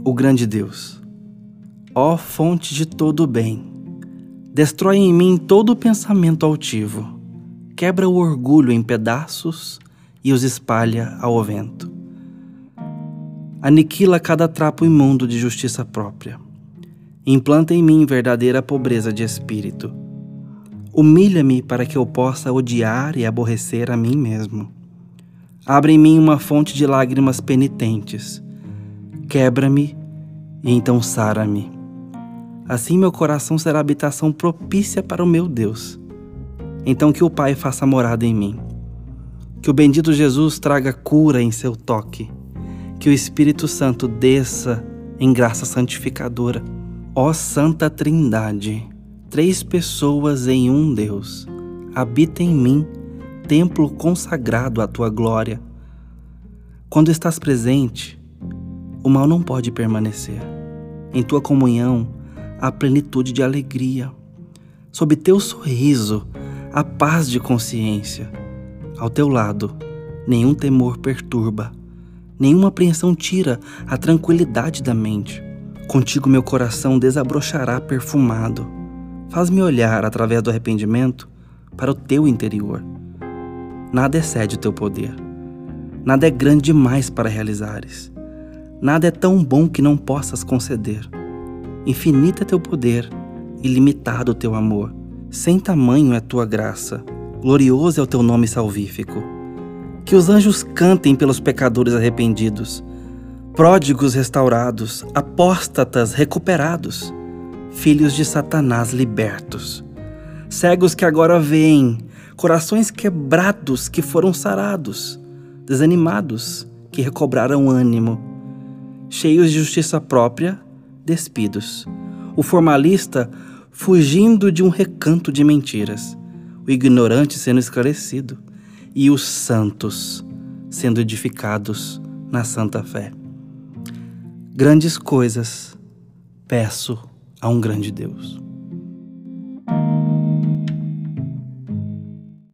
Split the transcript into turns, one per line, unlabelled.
o grande Deus. Ó fonte de todo o bem, destrói em mim todo pensamento altivo, quebra o orgulho em pedaços e os espalha ao vento. Aniquila cada trapo imundo de justiça própria. Implanta em mim verdadeira pobreza de espírito. Humilha-me para que eu possa odiar e aborrecer a mim mesmo. Abre em mim uma fonte de lágrimas penitentes. Quebra-me e então sara-me. Assim meu coração será habitação propícia para o meu Deus. Então que o Pai faça morada em mim. Que o bendito Jesus traga cura em seu toque. Que o Espírito Santo desça em graça santificadora. Ó Santa Trindade, 3 pessoas em um Deus, habita em mim, templo consagrado à tua glória. Quando estás presente, o mal não pode permanecer. Em tua comunhão, há plenitude de alegria. Sob teu sorriso, há paz de consciência. Ao teu lado, nenhum temor perturba, nenhuma apreensão tira a tranquilidade da mente. Contigo meu coração desabrochará perfumado. Faz-me olhar, através do arrependimento, para o teu interior. Nada excede o teu poder. Nada é grande demais para realizares. Nada é tão bom que não possas conceder. Infinito é teu poder, ilimitado o teu amor. Sem tamanho é tua graça, glorioso é o teu nome salvífico. Que os anjos cantem pelos pecadores arrependidos, pródigos restaurados, apóstatas recuperados, filhos de Satanás libertos, cegos que agora veem, corações quebrados que foram sarados, desanimados que recobraram ânimo, cheios de justiça própria, despidos, o formalista fugindo de um recanto de mentiras, o ignorante sendo esclarecido e os santos sendo edificados na santa fé. Grandes coisas peço a um grande Deus.